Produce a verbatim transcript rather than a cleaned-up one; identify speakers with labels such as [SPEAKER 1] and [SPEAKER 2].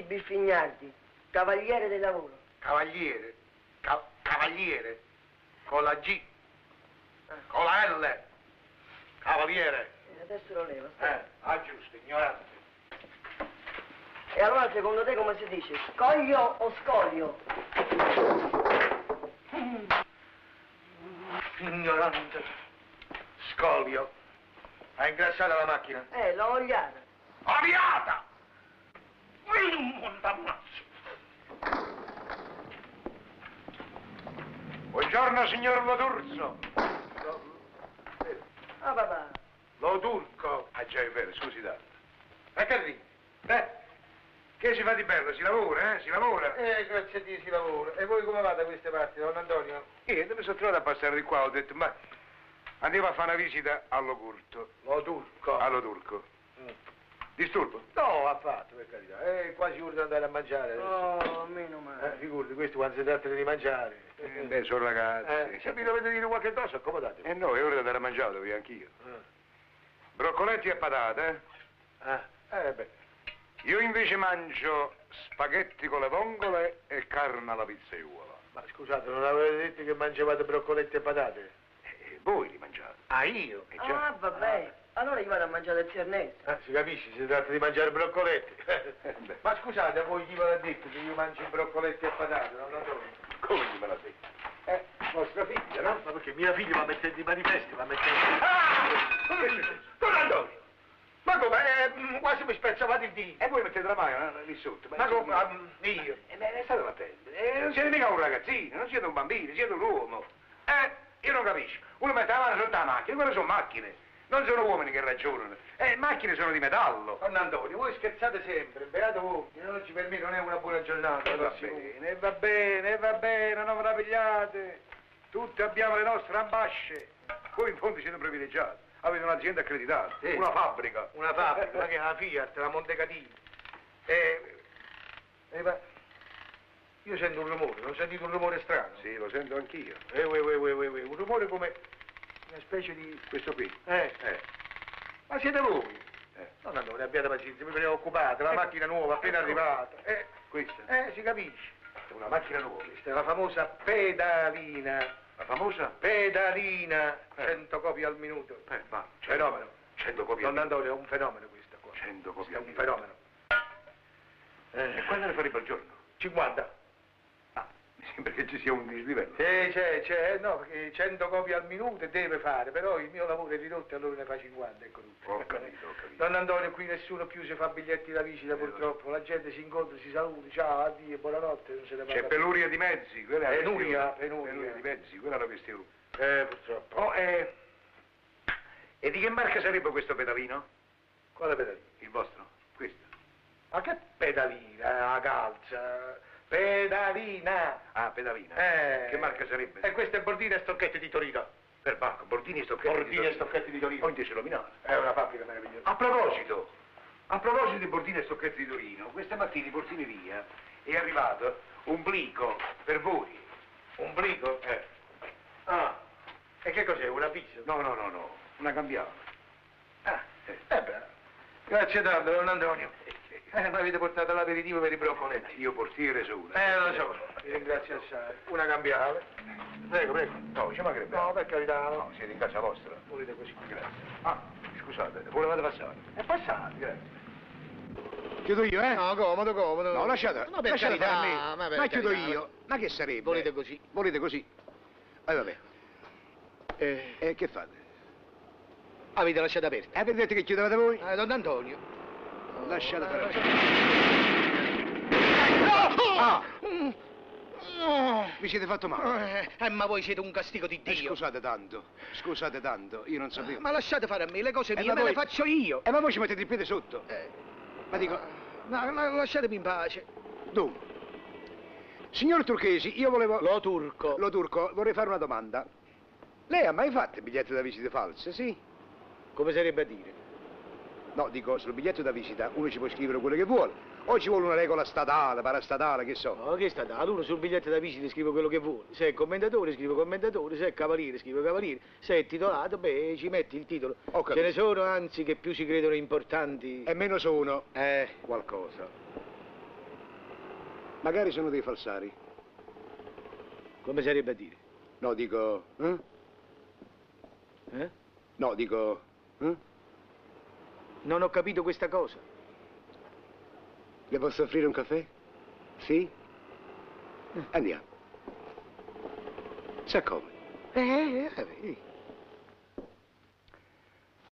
[SPEAKER 1] Biffignardi, cavaliere del lavoro.
[SPEAKER 2] Cavaliere? Ca cavaliere? Con la G? Con la L? Cavaliere?
[SPEAKER 1] E adesso lo levo.
[SPEAKER 2] Eh, ah giusto, ignorante.
[SPEAKER 1] E allora secondo te come si dice? Scoglio o scoglio?
[SPEAKER 2] Ignorante. Scoglio. Ha ingrassata la macchina?
[SPEAKER 1] Eh, l'ho oliata.
[SPEAKER 2] Oliata! T'ammazzo. Buongiorno, signor Loturzo.
[SPEAKER 1] Ah, papà.
[SPEAKER 2] Loturco. Ah, già, è vero, scusi tanto. E che ridi? Eh? Che si fa di bello? Si lavora, eh? Si lavora?
[SPEAKER 3] Eh, grazie a Dio si lavora. E voi come va da queste parti, don Antonio?
[SPEAKER 2] Io mi sono trovato a passare di qua, ho detto, ma andiamo a fare una visita allo curto.
[SPEAKER 3] Loturco.
[SPEAKER 2] Allo turco.
[SPEAKER 3] Mm.
[SPEAKER 2] Disturbo?
[SPEAKER 3] No, affatto, per carità. È quasi ora di andare a mangiare adesso.
[SPEAKER 1] Oh, meno male.
[SPEAKER 3] Eh, figurati, questo quando si tratta di mangiare.
[SPEAKER 2] Eh, beh, sono ragazzi.
[SPEAKER 3] Eh, se mi dovete dire qualche cosa, accomodatevi.
[SPEAKER 2] Eh no, è ora di andare a mangiare, devo io anch'io.
[SPEAKER 3] Eh.
[SPEAKER 2] Broccoletti e patate, eh?
[SPEAKER 3] Ah, eh beh.
[SPEAKER 2] Io invece mangio spaghetti con le vongole e carne alla pizzaiuola.
[SPEAKER 3] Ma scusate, non avete detto che mangiavate broccoletti e patate?
[SPEAKER 2] E voi li mangiate?
[SPEAKER 3] Ah, io?
[SPEAKER 2] Eh già.
[SPEAKER 1] Ah, vabbè. Allora io vado a mangiare il Cernese.
[SPEAKER 3] Ah, si capisce, si tratta di mangiare broccoletti.
[SPEAKER 2] beh.
[SPEAKER 3] Ma scusate, a voi chi ve l'ha detto che io mangio broccoletti e patate, non Antonio?
[SPEAKER 2] Come gli me l'ha detto? Eh, vostra figlia, no?
[SPEAKER 3] Ma perché mia figlia va mettendo i manifesti, va mettendo...
[SPEAKER 2] Ah! Don Antonio!
[SPEAKER 3] Ma come? Eh, quasi mi spezzavate il dito.
[SPEAKER 2] E voi mettete la mano eh, lì sotto.
[SPEAKER 3] Ma come? Ah, io?
[SPEAKER 2] Eh, beh, state attenti. Eh, non siete mica un ragazzino, non siete un bambino, siete un uomo. Eh, io non capisco. Uno mette la mano sotto la macchina, quelle sono macchine. Non sono uomini che ragionano. Eh, macchine sono di metallo.
[SPEAKER 3] Don Antonio, voi scherzate sempre, beato voi. Oggi per me non è una buona giornata.
[SPEAKER 2] E va bene, e va bene, e va bene, non ve la pigliate. Tutti abbiamo le nostre ambasce. Voi in fondo siete privilegiati. Avete un'azienda accreditata,
[SPEAKER 3] Sì.
[SPEAKER 2] una fabbrica.
[SPEAKER 3] Una fabbrica, ma che è la Fiat, la Montecatini. E... e va... Io sento un rumore, non sentite un rumore strano?
[SPEAKER 2] Sì, lo sento anch'io.
[SPEAKER 3] Eh, ue, ue, ue, ue, ue. Un rumore come una specie di...
[SPEAKER 2] Questo qui.
[SPEAKER 3] Eh,
[SPEAKER 2] Eh.
[SPEAKER 3] ma siete voi?
[SPEAKER 2] Eh.
[SPEAKER 3] Non Antonio, abbiate pazienza, mi preoccupate, la macchina nuova appena arrivata. Eh,
[SPEAKER 2] Questa?
[SPEAKER 3] eh, si capisce.
[SPEAKER 2] È una macchina nuova.
[SPEAKER 3] Questa è la famosa pedalina.
[SPEAKER 2] La famosa?
[SPEAKER 3] Pedalina,
[SPEAKER 2] Eh.
[SPEAKER 3] cento copie al minuto.
[SPEAKER 2] Eh, ma...
[SPEAKER 3] Fenomeno.
[SPEAKER 2] Cento copie.
[SPEAKER 3] Don Antonio, è un fenomeno questa qua.
[SPEAKER 2] Cento copie.
[SPEAKER 3] È un fenomeno.
[SPEAKER 2] E quando ne farebbe al giorno?
[SPEAKER 3] cinquanta.
[SPEAKER 2] Ah, mi sembra che ci sia un dislivello.
[SPEAKER 3] Sì, c'è, c'è, no, perché cento copie al minuto deve fare, però il mio lavoro è ridotto e allora ne fa cinquanta, ecco tutto.
[SPEAKER 2] Ho capito, ho capito.
[SPEAKER 3] Don Antonio, qui nessuno più si fa biglietti da visita
[SPEAKER 2] Eh,
[SPEAKER 3] purtroppo, la gente si incontra, si saluta, ciao, addio, buonanotte, non se ne
[SPEAKER 2] C'è
[SPEAKER 3] parla.
[SPEAKER 2] peluria di mezzi, quella è la
[SPEAKER 3] Penuria,
[SPEAKER 2] questione.
[SPEAKER 3] penuria.
[SPEAKER 2] Penuria di mezzi, quella è la questione.
[SPEAKER 3] Eh, purtroppo.
[SPEAKER 2] Oh, eh... E di che marca sarebbe questo pedalino?
[SPEAKER 3] Quale pedalina?
[SPEAKER 2] Il vostro? Questo?
[SPEAKER 3] Ma che pedalina, la calza? Pedalina!
[SPEAKER 2] Ah, pedalina.
[SPEAKER 3] Eh.
[SPEAKER 2] Che marca sarebbe?
[SPEAKER 3] E queste bordine e stocchetti di Torino.
[SPEAKER 2] Per Bacco, Bordini e Stocchetti.
[SPEAKER 3] Bordini e Stocchetti di Torino.
[SPEAKER 2] O invece Lominale.
[SPEAKER 3] È una fabbrica meravigliosa.
[SPEAKER 2] A proposito, a proposito di Bordini e Stocchetti di Torino, questa mattina in portineria è arrivato un blico per voi.
[SPEAKER 3] Un brico?
[SPEAKER 2] Eh.
[SPEAKER 3] Ah, e che cos'è, un avviso?
[SPEAKER 2] No, no, no, no, una cambiale.
[SPEAKER 3] Ah,
[SPEAKER 2] Eh.
[SPEAKER 3] eh beh, grazie tanto, don Antonio. Eh, mi avete portato l'aperitivo per i broccoletti.
[SPEAKER 2] Io portiere sono.
[SPEAKER 3] Eh, lo so, vi ringrazio assai. Una cambiale. Prego, prego.
[SPEAKER 2] No, ci mancherebbe.
[SPEAKER 3] No, per carità,
[SPEAKER 2] No,
[SPEAKER 3] no.
[SPEAKER 2] siete in casa vostra.
[SPEAKER 3] Volete così.
[SPEAKER 2] Grazie. Ah, scusate, volevate passare?
[SPEAKER 3] È passato.
[SPEAKER 2] Grazie. Chiudo io, eh?
[SPEAKER 3] No, comodo, comodo.
[SPEAKER 2] No, lasciate.
[SPEAKER 3] Ma per
[SPEAKER 2] lasciate
[SPEAKER 3] carità,
[SPEAKER 2] fare a me.
[SPEAKER 3] ma per
[SPEAKER 2] Ma chiudo
[SPEAKER 3] carità.
[SPEAKER 2] io. Ma che sarebbe?
[SPEAKER 3] Volete così?
[SPEAKER 2] Volete così? Eh, vabbè.
[SPEAKER 3] Eh,
[SPEAKER 2] E che fate?
[SPEAKER 3] avete lasciato aperta.
[SPEAKER 2] Avete detto che chiudevate voi?
[SPEAKER 3] Eh, don Antonio.
[SPEAKER 2] Lasciate fare.
[SPEAKER 3] Ah!
[SPEAKER 2] Ah! Vi siete fatto male?
[SPEAKER 3] Eh, ma voi siete un castigo di
[SPEAKER 2] Eh,
[SPEAKER 3] Dio.
[SPEAKER 2] scusate tanto, scusate tanto, io non sapevo.
[SPEAKER 3] Ma lasciate fare a me, le cose
[SPEAKER 2] Eh,
[SPEAKER 3] mie
[SPEAKER 2] ma
[SPEAKER 3] me
[SPEAKER 2] voi-
[SPEAKER 3] le faccio io.
[SPEAKER 2] Eh, ma voi ci mettete il piede sotto.
[SPEAKER 3] Eh,
[SPEAKER 2] Ma dico,
[SPEAKER 3] ma la- lasciatemi in pace.
[SPEAKER 2] dunque, signor Turchesi, io volevo...
[SPEAKER 3] Lo turco.
[SPEAKER 2] Lo turco, vorrei fare una domanda. Lei ha mai fatto biglietti da visita false, sì?
[SPEAKER 3] Come sarebbe a dire?
[SPEAKER 2] No, dico, sul biglietto da visita uno ci può scrivere quello che vuole. O ci vuole una regola statale, parastatale, che so.
[SPEAKER 3] No, che sta dando? Uno sul biglietto da visita scrive quello che vuole. Se è commendatore scrive commendatore, se è cavaliere scrive cavaliere, se è titolato, beh, ci metti il titolo.
[SPEAKER 2] Ho capito.
[SPEAKER 3] Ce ne sono, anzi, che più si credono importanti.
[SPEAKER 2] E meno sono
[SPEAKER 3] Eh,
[SPEAKER 2] qualcosa.
[SPEAKER 4] Magari sono dei falsari.
[SPEAKER 3] Come sarebbe a dire?
[SPEAKER 4] No, dico... Eh?
[SPEAKER 3] Eh?
[SPEAKER 4] No, dico... Eh?
[SPEAKER 3] Non ho capito questa cosa.
[SPEAKER 4] Le posso offrire un caffè? Sì? Andiamo. Si accomodi.
[SPEAKER 3] Eh, eh, eh, eh.